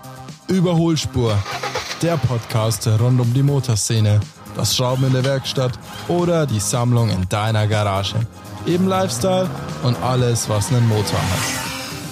Überholspur, der Podcast rund um die Motorszene, das Schrauben in der Werkstatt oder die Sammlung in deiner Garage. Eben Lifestyle und alles, was einen Motor hat.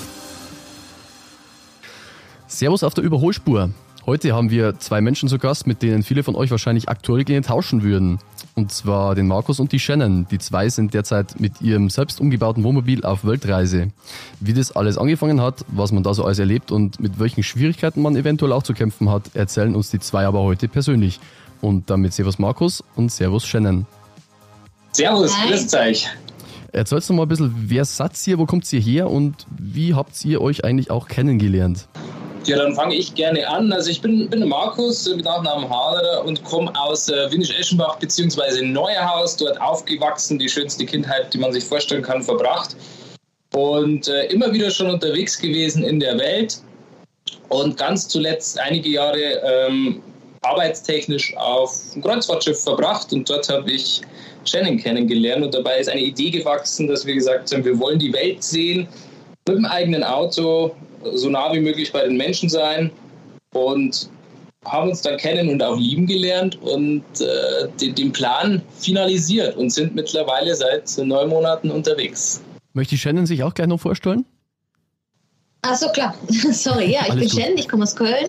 Servus auf der Überholspur. Heute haben wir zwei Menschen zu Gast, mit denen viele von euch wahrscheinlich aktuell gerne tauschen würden. Und zwar den Markus und die Shannon. Die zwei sind derzeit mit ihrem selbst umgebauten Wohnmobil auf Weltreise. Wie das alles angefangen hat, was man da so alles erlebt und mit welchen Schwierigkeiten man eventuell auch zu kämpfen hat, erzählen uns die zwei aber heute persönlich. Und damit Servus Markus und Servus Shannon. Servus, grüßt euch. Erzählt doch mal ein bisschen, wer seid ihr, wo kommt ihr her und wie habt ihr euch eigentlich auch kennengelernt? Ja, dann fange ich gerne an. Also ich bin der Markus, mit Nachnamen Haderer und komme aus Windisch-Eschenbach bzw. Neuhaus, dort aufgewachsen, die schönste Kindheit, die man sich vorstellen kann, verbracht. Und immer wieder schon unterwegs gewesen in der Welt und ganz zuletzt einige Jahre arbeitstechnisch auf einem Kreuzfahrtschiff verbracht und dort habe ich Shannon kennengelernt und dabei ist eine Idee gewachsen, dass wir gesagt haben, wir wollen die Welt sehen, mit dem eigenen Auto, so nah wie möglich bei den Menschen sein und haben uns dann kennen und auch lieben gelernt und den Plan finalisiert und sind mittlerweile seit 9 Monaten unterwegs. Möchte die Shannon sich auch gleich noch vorstellen? Ach so, klar. Sorry, ja, ich bin Shannon, ich komme aus Köln.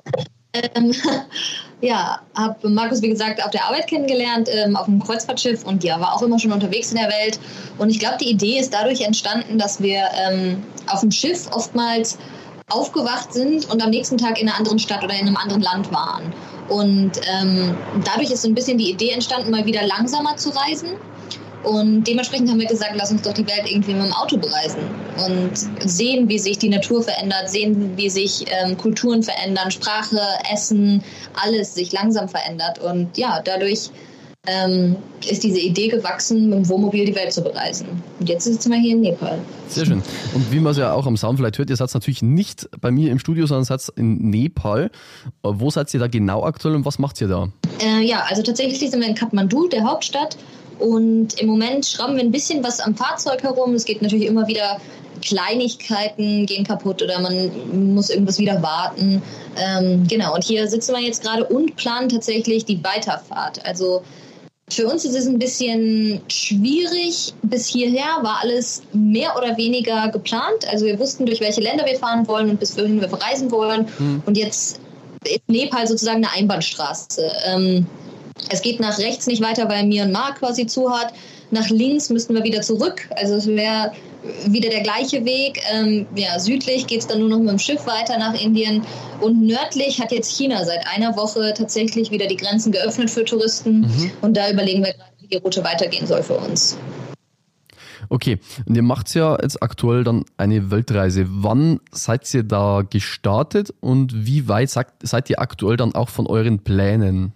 Habe Markus, wie gesagt, auf der Arbeit kennengelernt, auf einem Kreuzfahrtschiff und ja, war auch immer schon unterwegs in der Welt. Und ich glaube, die Idee ist dadurch entstanden, dass wir auf dem Schiff oftmals aufgewacht sind und am nächsten Tag in einer anderen Stadt oder in einem anderen Land waren. Und dadurch ist so ein bisschen die Idee entstanden, mal wieder langsamer zu reisen. Und dementsprechend haben wir gesagt, lass uns doch die Welt irgendwie mit dem Auto bereisen und sehen, wie sich die Natur verändert, sehen, wie sich Kulturen verändern, Sprache, Essen, alles sich langsam verändert. Und ja, dadurch ist diese Idee gewachsen, mit dem Wohnmobil die Welt zu bereisen. Und jetzt sitzen wir hier in Nepal. Sehr schön. Und wie man es ja auch am Sound vielleicht hört, ihr seid natürlich nicht bei mir im Studio, sondern seid in Nepal. Wo seid ihr da genau aktuell und was macht ihr da? Also tatsächlich sind wir in Kathmandu, der Hauptstadt. Und im Moment schrauben wir ein bisschen was am Fahrzeug herum. Es geht natürlich immer wieder, Kleinigkeiten gehen kaputt oder man muss irgendwas wieder warten. Und hier sitzen wir jetzt gerade und planen tatsächlich die Weiterfahrt. Also für uns ist es ein bisschen schwierig. Bis hierher war alles mehr oder weniger geplant. Also wir wussten, durch welche Länder wir fahren wollen und bis wohin wir verreisen wollen. Und jetzt ist Nepal sozusagen eine Einbahnstraße. Es geht nach rechts nicht weiter, weil Myanmar quasi zu hat. Nach links müssten wir wieder zurück. Also es wäre wieder der gleiche Weg. Südlich geht es dann nur noch mit dem Schiff weiter nach Indien. Und nördlich hat jetzt China seit einer Woche tatsächlich wieder die Grenzen geöffnet für Touristen. Und da überlegen wir gerade, wie die Route weitergehen soll für uns. Okay, und ihr macht ja jetzt aktuell dann eine Weltreise. Wann seid ihr da gestartet und wie weit seid ihr aktuell dann auch von euren Plänen?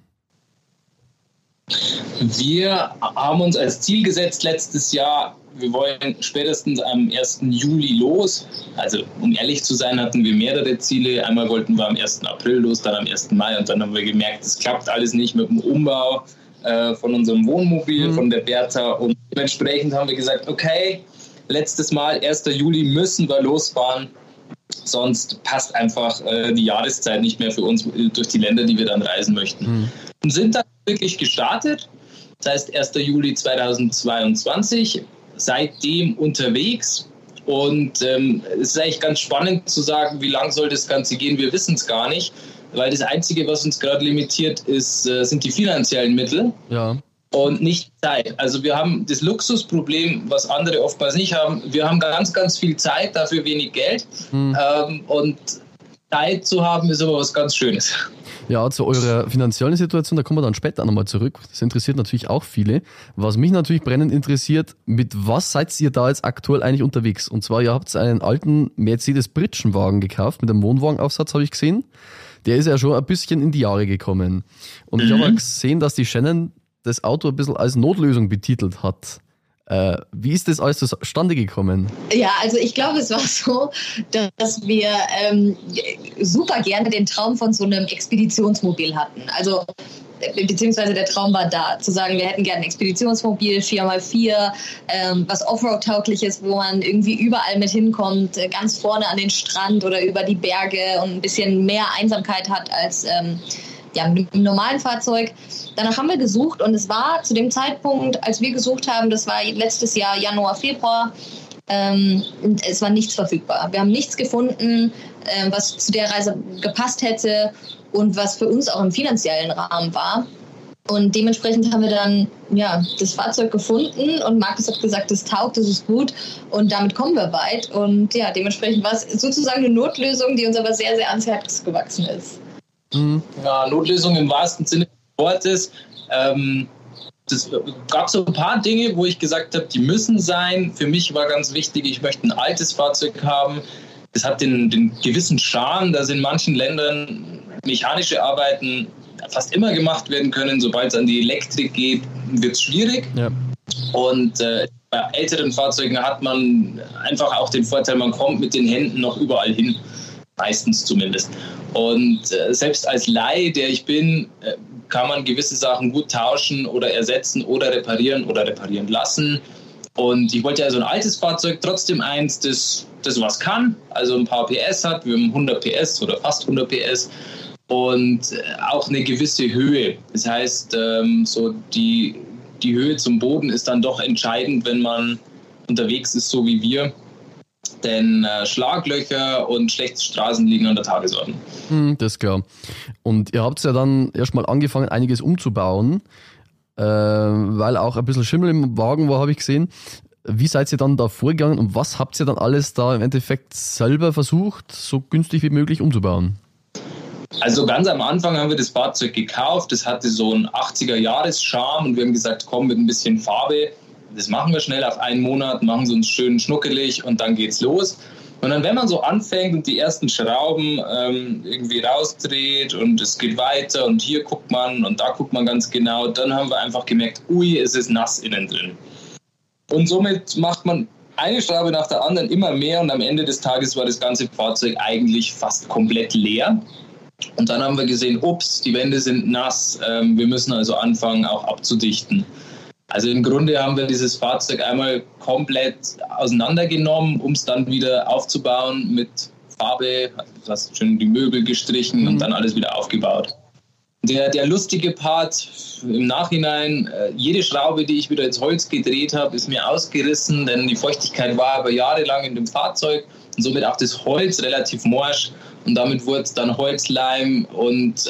Wir haben uns als Ziel gesetzt letztes Jahr, wir wollen spätestens am 1. Juli los. Also um ehrlich zu sein, hatten wir mehrere Ziele. Einmal wollten wir am 1. April los, dann am 1. Mai und dann haben wir gemerkt, es klappt alles nicht mit dem Umbau von unserem Wohnmobil, von der Bertha. Und dementsprechend haben wir gesagt, okay, letztes Mal, 1. Juli müssen wir losfahren. Sonst passt einfach die Jahreszeit nicht mehr für uns durch die Länder, die wir dann reisen möchten. Und sind dann wirklich gestartet. Das heißt 1. Juli 2022, seitdem unterwegs. Und es ist eigentlich ganz spannend zu sagen, wie lang soll das Ganze gehen, wir wissen es gar nicht. Weil das Einzige, was uns gerade limitiert, sind die finanziellen Mittel. Ja. Und nicht die Zeit. Also wir haben das Luxusproblem, was andere oftmals nicht haben. Wir haben ganz, ganz viel Zeit, dafür wenig Geld. Und Zeit zu haben, ist aber was ganz Schönes. Ja, zu eurer finanziellen Situation, da kommen wir dann später nochmal zurück. Das interessiert natürlich auch viele. Was mich natürlich brennend interessiert, mit was seid ihr da jetzt aktuell eigentlich unterwegs? Und zwar, ihr habt einen alten Mercedes-Britschenwagen gekauft, mit einem Wohnwagenaufsatz, habe ich gesehen. Der ist ja schon ein bisschen in die Jahre gekommen. Und ich habe auch gesehen, dass die Shannon das Auto ein bisschen als Notlösung betitelt hat. Wie ist das alles zustande gekommen? Ja, also ich glaube, es war so, dass wir super gerne den Traum von so einem Expeditionsmobil hatten. Also beziehungsweise der Traum war da, zu sagen, wir hätten gerne ein Expeditionsmobil 4x4, was Offroad-tauglich ist, wo man irgendwie überall mit hinkommt, ganz vorne an den Strand oder über die Berge und ein bisschen mehr Einsamkeit hat als mit einem normalen Fahrzeug. Danach haben wir gesucht und es war zu dem Zeitpunkt, als wir gesucht haben, das war letztes Jahr Januar, Februar, und es war nichts verfügbar. Wir haben nichts gefunden, was zu der Reise gepasst hätte und was für uns auch im finanziellen Rahmen war. Und dementsprechend haben wir dann das Fahrzeug gefunden und Markus hat gesagt, das taugt, das ist gut und damit kommen wir weit. Und ja, dementsprechend war es sozusagen eine Notlösung, die uns aber sehr, sehr ans Herz gewachsen ist. Ja, Notlösung im wahrsten Sinne des Wortes. Es gab so ein paar Dinge, wo ich gesagt habe, die müssen sein. Für mich war ganz wichtig, ich möchte ein altes Fahrzeug haben. Das hat den gewissen Charme, dass in manchen Ländern mechanische Arbeiten fast immer gemacht werden können. Sobald es an die Elektrik geht, wird es schwierig. Ja. Und bei älteren Fahrzeugen hat man einfach auch den Vorteil, man kommt mit den Händen noch überall hin. Meistens zumindest. Und selbst als Laie, der ich bin, kann man gewisse Sachen gut tauschen oder ersetzen oder reparieren lassen. Und ich wollte also ein altes Fahrzeug, trotzdem eins, das was kann, also ein paar PS hat. Wir haben 100 PS oder fast 100 PS und auch eine gewisse Höhe. Das heißt, so die Höhe zum Boden ist dann doch entscheidend, wenn man unterwegs ist, so wie wir. Denn Schlaglöcher und schlechte Straßen liegen an der Tagesordnung. Das ist klar. Und ihr habt ja dann erstmal angefangen, einiges umzubauen, weil auch ein bisschen Schimmel im Wagen war, habe ich gesehen. Wie seid ihr dann da vorgegangen und was habt ihr dann alles da im Endeffekt selber versucht, so günstig wie möglich umzubauen? Also ganz am Anfang haben wir das Fahrzeug gekauft. Das hatte so einen 80er-Jahres-Charme und wir haben gesagt, komm, mit ein bisschen Farbe. Das machen wir schnell auf einen Monat, machen sie uns schön schnuckelig und dann geht's los. Und dann, wenn man so anfängt und die ersten Schrauben irgendwie rausdreht und es geht weiter und hier guckt man und da guckt man ganz genau, dann haben wir einfach gemerkt, es ist nass innen drin. Und somit macht man eine Schraube nach der anderen immer mehr und am Ende des Tages war das ganze Fahrzeug eigentlich fast komplett leer. Und dann haben wir gesehen, die Wände sind nass, wir müssen also anfangen auch abzudichten. Also im Grunde haben wir dieses Fahrzeug einmal komplett auseinandergenommen, um es dann wieder aufzubauen mit Farbe, also du hast schön die Möbel gestrichen und dann alles wieder aufgebaut. Der lustige Part im Nachhinein, jede Schraube, die ich wieder ins Holz gedreht habe, ist mir ausgerissen, denn die Feuchtigkeit war aber jahrelang in dem Fahrzeug und somit auch das Holz relativ morsch und damit wurde es dann Holzleim und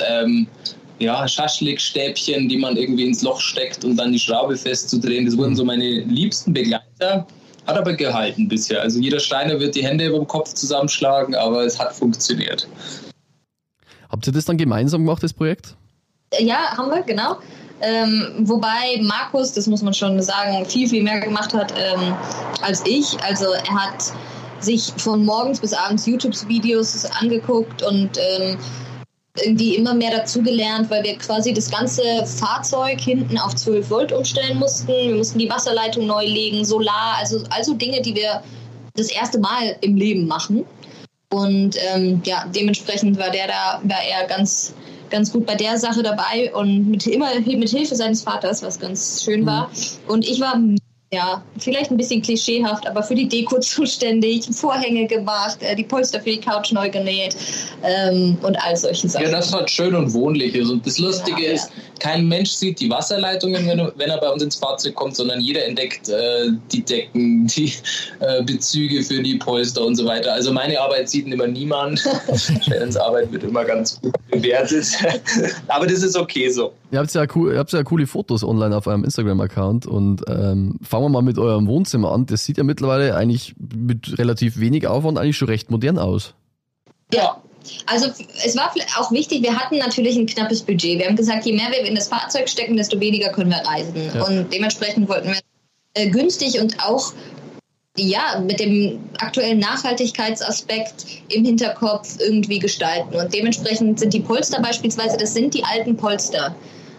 Schaschlikstäbchen, die man irgendwie ins Loch steckt und dann die Schraube festzudrehen. Das wurden so meine liebsten Begleiter. Hat aber gehalten bisher. Also jeder Schreiner wird die Hände über dem Kopf zusammenschlagen, aber es hat funktioniert. Habt ihr das dann gemeinsam gemacht, das Projekt? Ja, haben wir, genau. Wobei Markus, das muss man schon sagen, viel, viel mehr gemacht hat als ich. Also er hat sich von morgens bis abends YouTube-Videos angeguckt und irgendwie immer mehr dazugelernt, weil wir quasi das ganze Fahrzeug hinten auf 12 Volt umstellen mussten. Wir mussten die Wasserleitung neu legen, Solar, also Dinge, die wir das erste Mal im Leben machen. Und dementsprechend war er ganz, ganz gut bei der Sache dabei und mit Hilfe seines Vaters, was ganz schön war. Und ich war vielleicht ein bisschen klischeehaft, aber für die Deko zuständig, Vorhänge gemacht, die Polster für die Couch neu genäht und all solche Sachen. Ja, das war schön und wohnlich. Und das Lustige ist, kein Mensch sieht die Wasserleitungen, wenn er bei uns ins Fahrzeug kommt, sondern jeder entdeckt die Decken, die Bezüge für die Polster und so weiter. Also meine Arbeit sieht immer niemand. Shannons Arbeit wird immer ganz gut bewertet. Aber das ist okay so. Ihr habt ja coole Fotos online auf eurem Instagram-Account und fangen wir mal mit eurem Wohnzimmer an. Das sieht ja mittlerweile eigentlich mit relativ wenig Aufwand eigentlich schon recht modern aus. Ja, also es war auch wichtig, wir hatten natürlich ein knappes Budget. Wir haben gesagt, je mehr wir in das Fahrzeug stecken, desto weniger können wir reisen. Ja. Und dementsprechend wollten wir günstig und auch mit dem aktuellen Nachhaltigkeitsaspekt im Hinterkopf irgendwie gestalten. Und dementsprechend sind die Polster beispielsweise, das sind die alten Polster.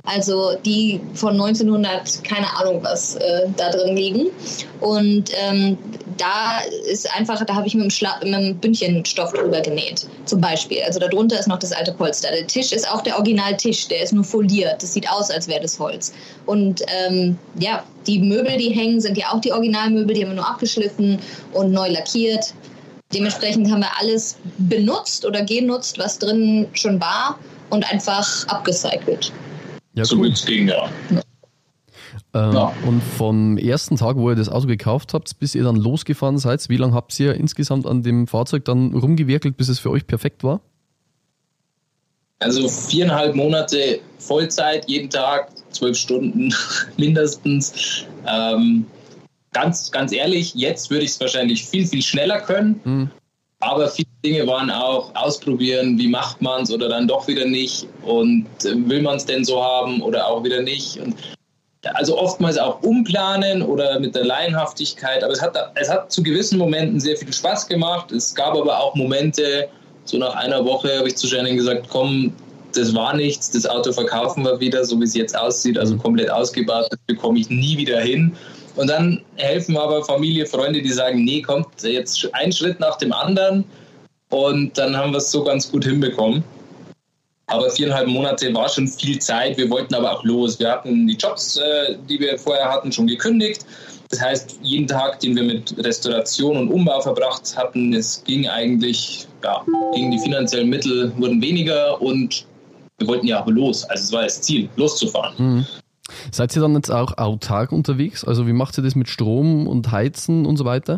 Also die von 1900, keine Ahnung was, da drin liegen. Und da habe ich mit einem Bündchenstoff drüber genäht, zum Beispiel. Also darunter ist noch das alte Polster. Der Tisch ist auch der Originaltisch, der ist nur foliert. Das sieht aus, als wäre das Holz. Und die Möbel, die hängen, sind ja auch die Originalmöbel, die haben wir nur abgeschliffen und neu lackiert. Dementsprechend haben wir alles benutzt oder genutzt, was drin schon war und einfach abgecycelt. Ja, so cool. gut es ging, ja. Und vom ersten Tag, wo ihr das Auto gekauft habt, bis ihr dann losgefahren seid, wie lange habt ihr insgesamt an dem Fahrzeug dann rumgewerkelt, bis es für euch perfekt war? Also 4,5 Monate Vollzeit, jeden Tag, 12 Stunden mindestens. Ganz ehrlich, jetzt würde ich es wahrscheinlich viel, viel schneller können. Aber viele Dinge waren auch ausprobieren, wie macht man es oder dann doch wieder nicht. Und will man es denn so haben oder auch wieder nicht. Und also oftmals auch umplanen oder mit der Laienhaftigkeit. Aber es hat zu gewissen Momenten sehr viel Spaß gemacht. Es gab aber auch Momente, so nach einer Woche habe ich zu Shannon gesagt, komm, das war nichts, das Auto verkaufen wir wieder, so wie es jetzt aussieht, also komplett ausgebaut, das bekomme ich nie wieder hin. Und dann helfen aber Familie, Freunde, die sagen, nee, kommt jetzt ein Schritt nach dem anderen. Und dann haben wir es so ganz gut hinbekommen. Aber 4,5 Monate war schon viel Zeit. Wir wollten aber auch los. Wir hatten die Jobs, die wir vorher hatten, schon gekündigt. Das heißt, jeden Tag, den wir mit Restauration und Umbau verbracht hatten, es ging eigentlich, gegen die finanziellen Mittel wurden weniger und wir wollten ja aber los. Also es war das Ziel, loszufahren. Mhm. Seid ihr dann jetzt auch autark unterwegs? Also wie macht ihr das mit Strom und Heizen und so weiter?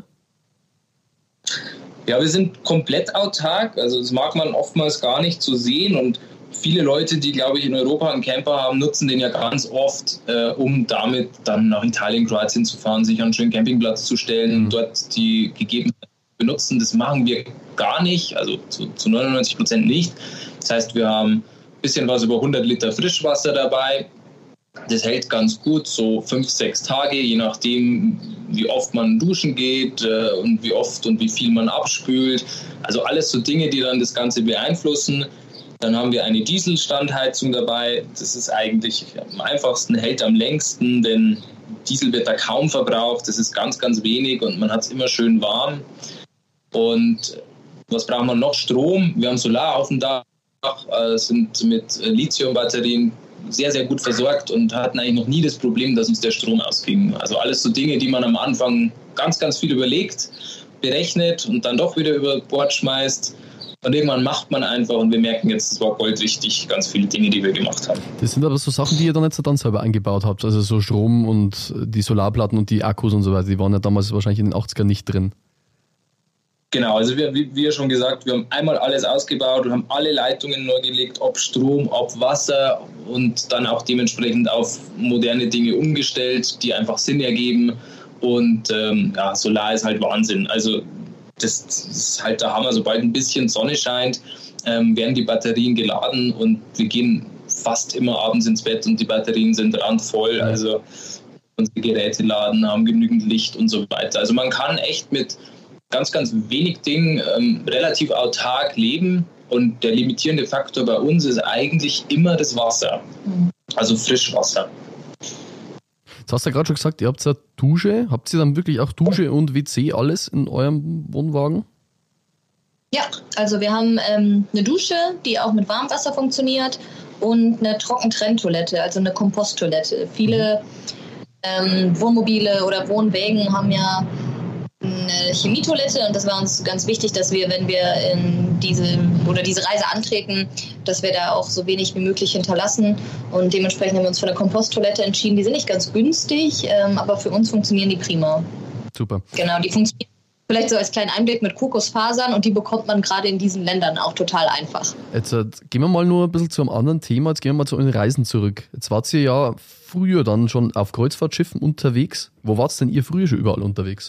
Ja, wir sind komplett autark. Also das mag man oftmals gar nicht so sehen. Und viele Leute, die, glaube ich, in Europa einen Camper haben, nutzen den ja ganz oft, um damit dann nach Italien, Kroatien zu fahren, sich an einen schönen Campingplatz zu stellen, dort die Gegebenheiten benutzen. Das machen wir gar nicht, also zu 99% nicht. Das heißt, wir haben ein bisschen was über 100 Liter Frischwasser dabei. Das hält ganz gut, so 5-6 Tage, je nachdem, wie oft man duschen geht und wie oft und wie viel man abspült. Also alles so Dinge, die dann das Ganze beeinflussen. Dann haben wir eine Dieselstandheizung dabei. Das ist eigentlich am einfachsten, hält am längsten, denn Diesel wird da kaum verbraucht. Das ist ganz, ganz wenig und man hat es immer schön warm. Und was braucht man noch? Strom. Wir haben Solar auf dem Dach, sind mit Lithium-Batterien sehr, sehr gut versorgt und hatten eigentlich noch nie das Problem, dass uns der Strom ausging. Also alles so Dinge, die man am Anfang ganz, ganz viel überlegt, berechnet und dann doch wieder über Bord schmeißt. Und irgendwann macht man einfach und wir merken jetzt, es war goldrichtig, ganz viele Dinge, die wir gemacht haben. Das sind aber so Sachen, die ihr dann jetzt selber eingebaut habt, also so Strom und die Solarplatten und die Akkus und so weiter, die waren ja damals wahrscheinlich in den 80ern nicht drin. Genau, also wie schon gesagt, wir haben einmal alles ausgebaut, wir haben alle Leitungen neu gelegt, ob Strom, ob Wasser und dann auch dementsprechend auf moderne Dinge umgestellt, die einfach Sinn ergeben. Und Solar ist halt Wahnsinn. Also das ist halt der Hammer. Sobald ein bisschen Sonne scheint, werden die Batterien geladen und wir gehen fast immer abends ins Bett und die Batterien sind randvoll. Also unsere Geräte laden, haben genügend Licht und so weiter. Also man kann echt mit ganz, ganz wenig Dingen relativ autark leben und der limitierende Faktor bei uns ist eigentlich immer das Wasser, also Frischwasser. Jetzt hast du ja gerade schon gesagt, ihr habt ja Dusche. Habt ihr dann wirklich auch Dusche und WC alles in eurem Wohnwagen? Ja, also wir haben eine Dusche, die auch mit Warmwasser funktioniert und eine Trockentrenntoilette, also eine Komposttoilette. Viele Wohnmobile oder Wohnwägen haben ja eine Chemietoilette und das war uns ganz wichtig, dass wir, wenn wir in diese Reise antreten, dass wir da auch so wenig wie möglich hinterlassen und dementsprechend haben wir uns für eine Komposttoilette entschieden. Die sind nicht ganz günstig, aber für uns funktionieren die prima. Super. Genau, die funktionieren vielleicht so als kleinen Einblick mit Kokosfasern und die bekommt man gerade in diesen Ländern auch total einfach. Jetzt gehen wir mal nur ein bisschen zu einem anderen Thema, jetzt gehen wir mal zu euren Reisen zurück. Jetzt wart ihr ja früher dann schon auf Kreuzfahrtschiffen unterwegs. Wo wart denn ihr früher schon überall unterwegs?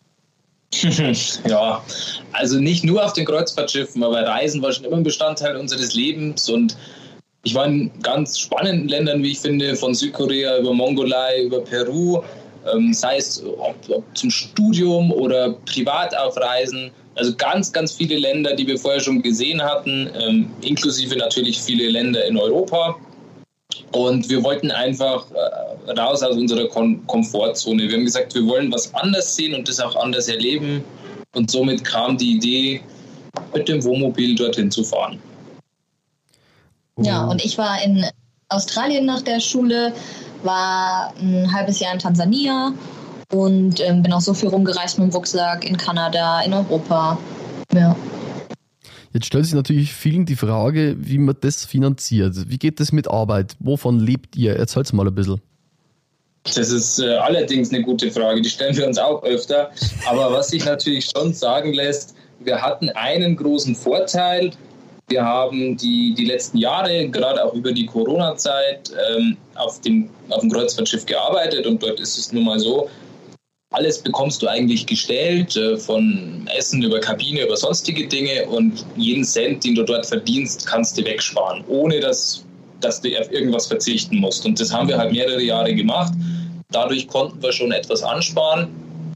Ja, also nicht nur auf den Kreuzfahrtschiffen, aber Reisen war schon immer ein Bestandteil unseres Lebens und ich war in ganz spannenden Ländern, wie ich finde, von Südkorea über Mongolei, über Peru, sei es ob zum Studium oder privat auf Reisen, also ganz, ganz viele Länder, die wir vorher schon gesehen hatten, inklusive natürlich viele Länder in Europa Und wir wollten einfach raus aus unserer Komfortzone. Wir haben gesagt, wir wollen was anders sehen und das auch anders erleben. Und somit kam die Idee, mit dem Wohnmobil dorthin zu fahren. Ja, und ich war in Australien nach der Schule, war ein halbes Jahr in Tansania und bin auch so viel rumgereist mit dem Rucksack in Kanada, in Europa. Ja. Jetzt stellt sich natürlich vielen die Frage, wie man das finanziert. Wie geht das mit Arbeit? Wovon lebt ihr? Erzähl's mal ein bisschen. Das ist allerdings eine gute Frage, die stellen wir uns auch öfter. Aber was sich natürlich schon sagen lässt, wir hatten einen großen Vorteil. Wir haben die letzten Jahre, gerade auch über die Corona-Zeit, auf dem Kreuzfahrtschiff gearbeitet. Und dort ist es nun mal so, alles bekommst du eigentlich gestellt, von Essen über Kabine, über sonstige Dinge. Und jeden Cent, den du dort verdienst, kannst du wegsparen, ohne dass du auf irgendwas verzichten musst. Und das haben wir halt mehrere Jahre gemacht. Dadurch konnten wir schon etwas ansparen.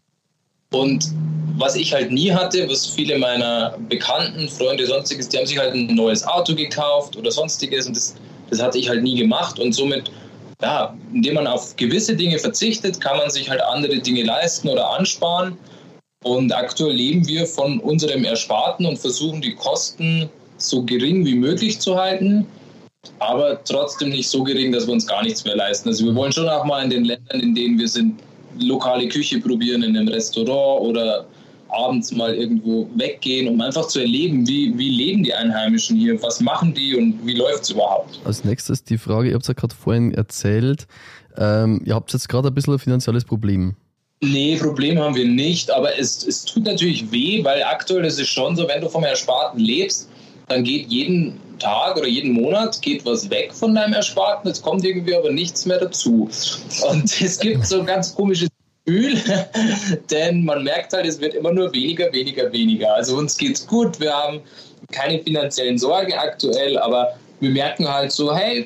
Und was ich halt nie hatte, was viele meiner Bekannten, Freunde, sonstiges, die haben sich halt ein neues Auto gekauft oder sonstiges. Und das hatte ich halt nie gemacht. Und somit, ja, indem man auf gewisse Dinge verzichtet, kann man sich halt andere Dinge leisten oder ansparen. Und aktuell leben wir von unserem Ersparten und versuchen die Kosten so gering wie möglich zu halten, aber trotzdem nicht so gering, dass wir uns gar nichts mehr leisten. Also wir wollen schon auch mal in den Ländern, in denen wir sind, lokale Küche probieren, in einem Restaurant oder abends mal irgendwo weggehen, um einfach zu erleben, wie leben die Einheimischen hier, was machen die und wie läuft es überhaupt. Als nächstes die Frage, ihr habt es ja gerade vorhin erzählt, ihr habt jetzt gerade ein bisschen ein finanzielles Problem. Nee, Problem haben wir nicht, aber es tut natürlich weh, weil aktuell ist es schon so, wenn du vom Ersparten lebst, dann geht jeden Tag oder jeden Monat geht was weg von deinem Ersparten, es kommt irgendwie aber nichts mehr dazu. Und es gibt so ein ganz komisches Gefühl, denn man merkt halt, es wird immer nur weniger. Also uns geht's gut, wir haben keine finanziellen Sorgen aktuell, aber wir merken halt so, hey,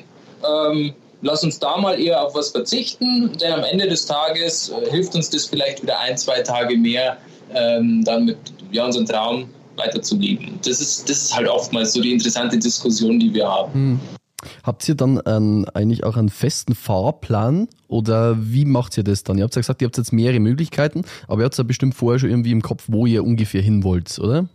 lass uns da mal eher auf was verzichten, denn am Ende des Tages hilft uns das vielleicht wieder 1-2 Tage mehr, dann mit unseren Traum weiterzuleben. Das ist halt oftmals so die interessante Diskussion, die wir haben. Habt ihr dann eigentlich auch einen festen Fahrplan oder wie macht ihr das dann? Ihr habt ja gesagt, ihr habt jetzt mehrere Möglichkeiten, aber ihr habt ja bestimmt vorher schon irgendwie im Kopf, wo ihr ungefähr hin wollt, oder?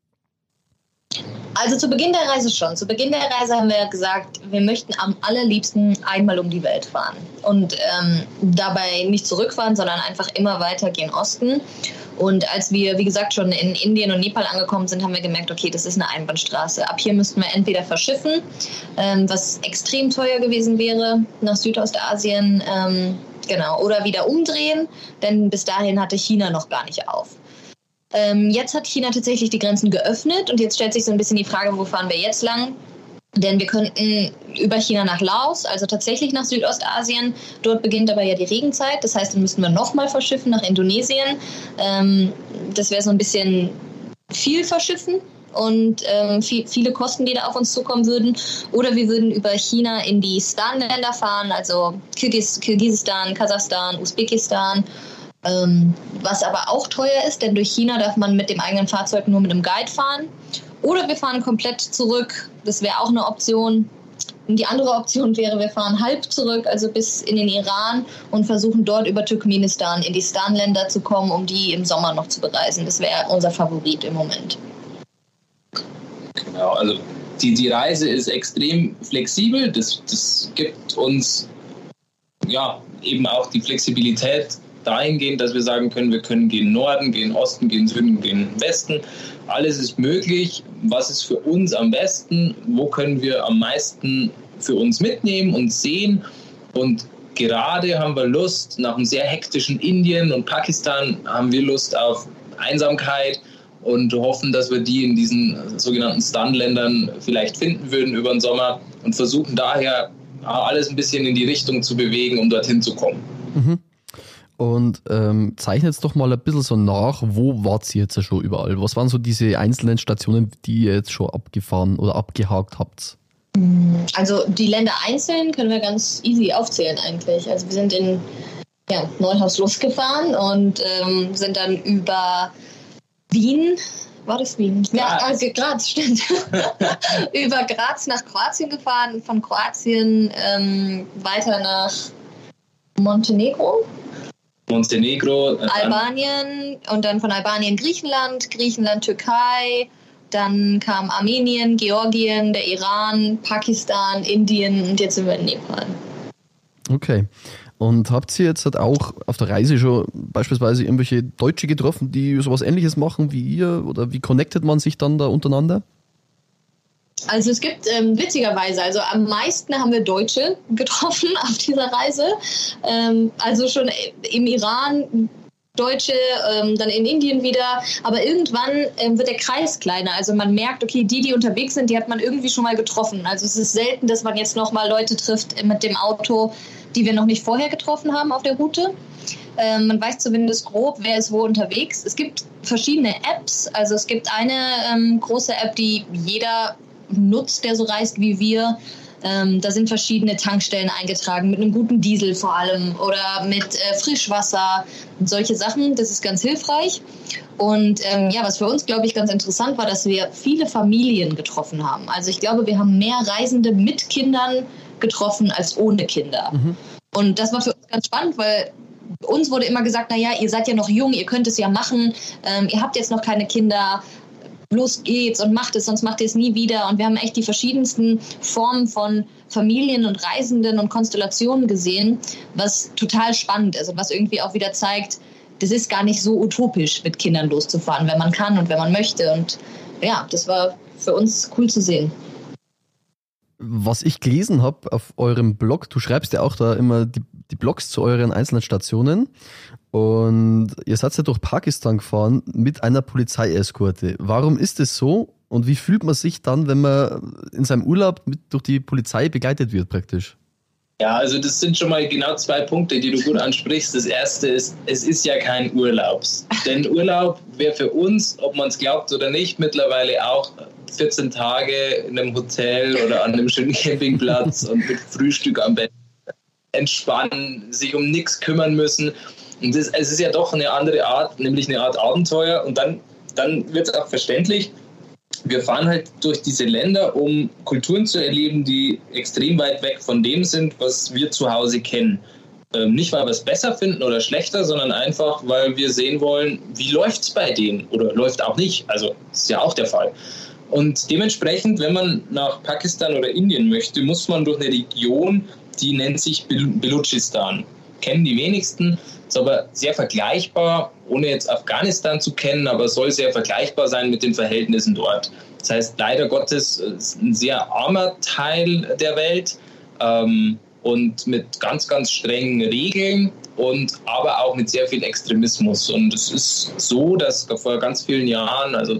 Also zu Beginn der Reise schon. Zu Beginn der Reise haben wir gesagt, wir möchten am allerliebsten einmal um die Welt fahren und dabei nicht zurückfahren, sondern einfach immer weiter gen Osten. Und als wir, wie gesagt, schon in Indien und Nepal angekommen sind, haben wir gemerkt, okay, das ist eine Einbahnstraße. Ab hier müssten wir entweder verschiffen, was extrem teuer gewesen wäre, nach Südostasien, oder wieder umdrehen, denn bis dahin hatte China noch gar nicht auf. Jetzt hat China tatsächlich die Grenzen geöffnet und jetzt stellt sich so ein bisschen die Frage, wo fahren wir jetzt lang? Denn wir könnten über China nach Laos, also tatsächlich nach Südostasien. Dort beginnt aber ja die Regenzeit. Das heißt, dann müssten wir nochmal verschiffen nach Indonesien. Das wäre so ein bisschen viel verschiffen und viele Kosten, die da auf uns zukommen würden. Oder wir würden über China in die Stan-Länder fahren, also Kirgisistan, Kasachstan, Usbekistan. Was aber auch teuer ist, denn durch China darf man mit dem eigenen Fahrzeug nur mit einem Guide fahren. Oder wir fahren komplett zurück, das wäre auch eine Option. Und die andere Option wäre, wir fahren halb zurück, also bis in den Iran und versuchen dort über Turkmenistan in die Stan-Länder zu kommen, um die im Sommer noch zu bereisen. Das wäre unser Favorit im Moment. Genau, also die Reise ist extrem flexibel. Das gibt uns eben auch die Flexibilität dahingehend, dass wir sagen können, wir können gehen Norden, gehen Osten, gehen Süden, gehen Westen. Alles ist möglich. Was ist für uns am besten? Wo können wir am meisten für uns mitnehmen und sehen? Und gerade haben wir Lust, nach einem sehr hektischen Indien und Pakistan haben wir Lust auf Einsamkeit und hoffen, dass wir die in diesen sogenannten Stun-Ländern vielleicht finden würden über den Sommer und versuchen daher alles ein bisschen in die Richtung zu bewegen, um dorthin zu kommen. Mhm. Und zeichnet doch mal ein bisschen so nach, wo wart ihr jetzt schon überall? Was waren so diese einzelnen Stationen, die ihr jetzt schon abgefahren oder abgehakt habt? Also die Länder einzeln können wir ganz easy aufzählen eigentlich. Also wir sind in Neuhaus losgefahren und sind dann über Wien War das Wien? Ja, also Graz, stimmt. Über Graz nach Kroatien gefahren, von Kroatien weiter nach Montenegro, Albanien und dann von Albanien Griechenland, Türkei, dann kam Armenien, Georgien, der Iran, Pakistan, Indien und jetzt sind wir in Nepal. Okay. Und habt ihr jetzt halt auch auf der Reise schon beispielsweise irgendwelche Deutsche getroffen, die sowas Ähnliches machen wie ihr? Oder wie connectet man sich dann da untereinander? Also es gibt witzigerweise, also am meisten haben wir Deutsche getroffen auf dieser Reise. Also schon im Iran Deutsche, dann in Indien wieder. Aber irgendwann wird der Kreis kleiner. Also man merkt, okay, die unterwegs sind, die hat man irgendwie schon mal getroffen. Also es ist selten, dass man jetzt nochmal Leute trifft mit dem Auto, die wir noch nicht vorher getroffen haben auf der Route. Man weiß zumindest grob, wer ist wo unterwegs. Es gibt verschiedene Apps. Also es gibt eine große App, die jeder nutzt, der so reist wie wir. Da sind verschiedene Tankstellen eingetragen, mit einem guten Diesel vor allem oder mit Frischwasser und solche Sachen. Das ist ganz hilfreich. Und was für uns, glaube ich, ganz interessant war, dass wir viele Familien getroffen haben. Also ich glaube, wir haben mehr Reisende mit Kindern getroffen als ohne Kinder. Mhm. Und das war für uns ganz spannend, weil uns wurde immer gesagt, naja, ihr seid ja noch jung, ihr könnt es ja machen, ihr habt jetzt noch keine Kinder, los geht's und macht es, sonst macht ihr es nie wieder. Und wir haben echt die verschiedensten Formen von Familien und Reisenden und Konstellationen gesehen, was total spannend ist und was irgendwie auch wieder zeigt, das ist gar nicht so utopisch, mit Kindern loszufahren, wenn man kann und wenn man möchte. Und ja, das war für uns cool zu sehen. Was ich gelesen habe auf eurem Blog, du schreibst ja auch da immer die Blogs zu euren einzelnen Stationen und ihr seid ja durch Pakistan gefahren mit einer Polizeieskorte. Warum ist es so und wie fühlt man sich dann, wenn man in seinem Urlaub durch die Polizei begleitet wird praktisch? Ja, also das sind schon mal genau 2 Punkte, die du gut ansprichst. Das erste ist, es ist ja kein Urlaub. Denn Urlaub wäre für uns, ob man es glaubt oder nicht, mittlerweile auch 14 Tage in einem Hotel oder an einem schönen Campingplatz und mit Frühstück am Bett entspannen, sich um nichts kümmern müssen. Und es ist ja doch eine andere Art, nämlich eine Art Abenteuer. Und dann wird es auch verständlich. Wir fahren halt durch diese Länder, um Kulturen zu erleben, die extrem weit weg von dem sind, was wir zu Hause kennen. Nicht, weil wir es besser finden oder schlechter, sondern einfach, weil wir sehen wollen, wie läuft es bei denen oder läuft auch nicht. Also ist ja auch der Fall. Und dementsprechend, wenn man nach Pakistan oder Indien möchte, muss man durch eine Region, die nennt sich Belutschistan. Kennen die wenigsten, ist aber sehr vergleichbar, ohne jetzt Afghanistan zu kennen, aber soll sehr vergleichbar sein mit den Verhältnissen dort. Das heißt, leider Gottes ist ein sehr armer Teil der Welt und mit ganz, ganz strengen Regeln und aber auch mit sehr viel Extremismus. Und es ist so, dass vor ganz vielen Jahren, also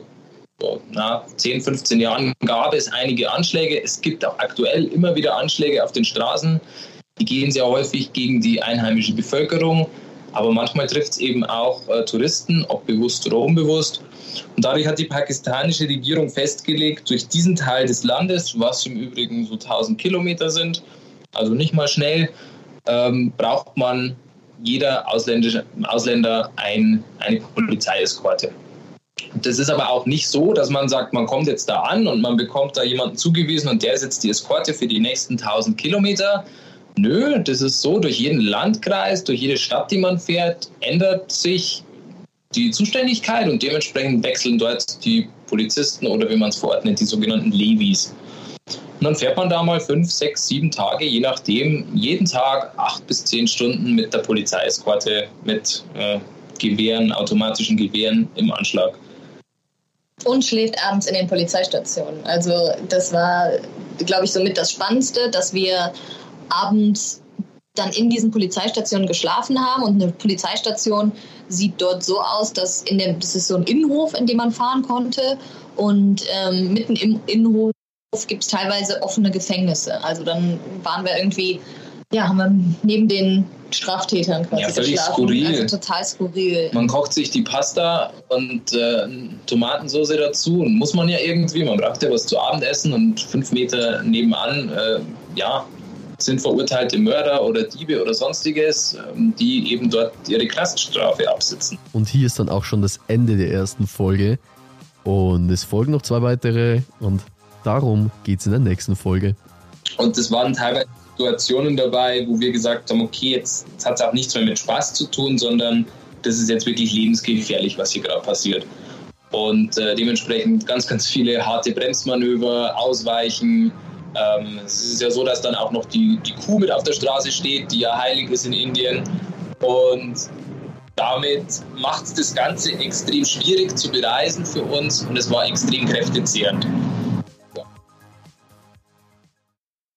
10, 15 Jahren gab es einige Anschläge. Es gibt auch aktuell immer wieder Anschläge auf den Straßen. Die gehen sehr häufig gegen die einheimische Bevölkerung. Aber manchmal trifft es eben auch Touristen, ob bewusst oder unbewusst. Und dadurch hat die pakistanische Regierung festgelegt, durch diesen Teil des Landes, was im Übrigen so 1000 Kilometer sind, also nicht mal schnell, braucht man jeder Ausländer eine Polizeieskorte. Das ist aber auch nicht so, dass man sagt, man kommt jetzt da an und man bekommt da jemanden zugewiesen und der ist jetzt die Eskorte für die nächsten 1000 Kilometer. Nö, das ist so, durch jeden Landkreis, durch jede Stadt, die man fährt, ändert sich die Zuständigkeit und dementsprechend wechseln dort die Polizisten oder wie man es verordnet, die sogenannten Levis. Und dann fährt man da mal 5, 6, 7 Tage, je nachdem, jeden Tag 8 bis 10 Stunden mit der Polizeieskorte, mit Gewehren, automatischen Gewehren im Anschlag. Und schläft abends in den Polizeistationen. Also das war, glaube ich, somit das Spannendste, dass wir abends dann in diesen Polizeistationen geschlafen haben. Und eine Polizeistation sieht dort so aus, dass das ist so ein Innenhof, in dem man fahren konnte. Und mitten im Innenhof gibt es teilweise offene Gefängnisse. Also dann waren wir irgendwie, haben wir neben den Straftätern quasi völlig geschlafen. Skurril. Also total skurril. Man kocht sich die Pasta und Tomatensauce dazu und muss man ja irgendwie, man braucht ja was zu Abendessen und 5 Meter nebenan, sind verurteilte Mörder oder Diebe oder sonstiges, die eben dort ihre Knaststrafe absitzen. Und hier ist dann auch schon das Ende der ersten Folge. Und es folgen noch 2 weitere und darum geht es in der nächsten Folge. Und es waren teilweise Situationen dabei, wo wir gesagt haben, okay, jetzt hat es auch nichts mehr mit Spaß zu tun, sondern das ist jetzt wirklich lebensgefährlich, was hier gerade passiert. Und dementsprechend ganz, ganz viele harte Bremsmanöver, Ausweichen. Es ist ja so, dass dann auch noch die Kuh mit auf der Straße steht, die ja heilig ist in Indien. Und damit macht es das Ganze extrem schwierig zu bereisen für uns und es war extrem kräftezehrend.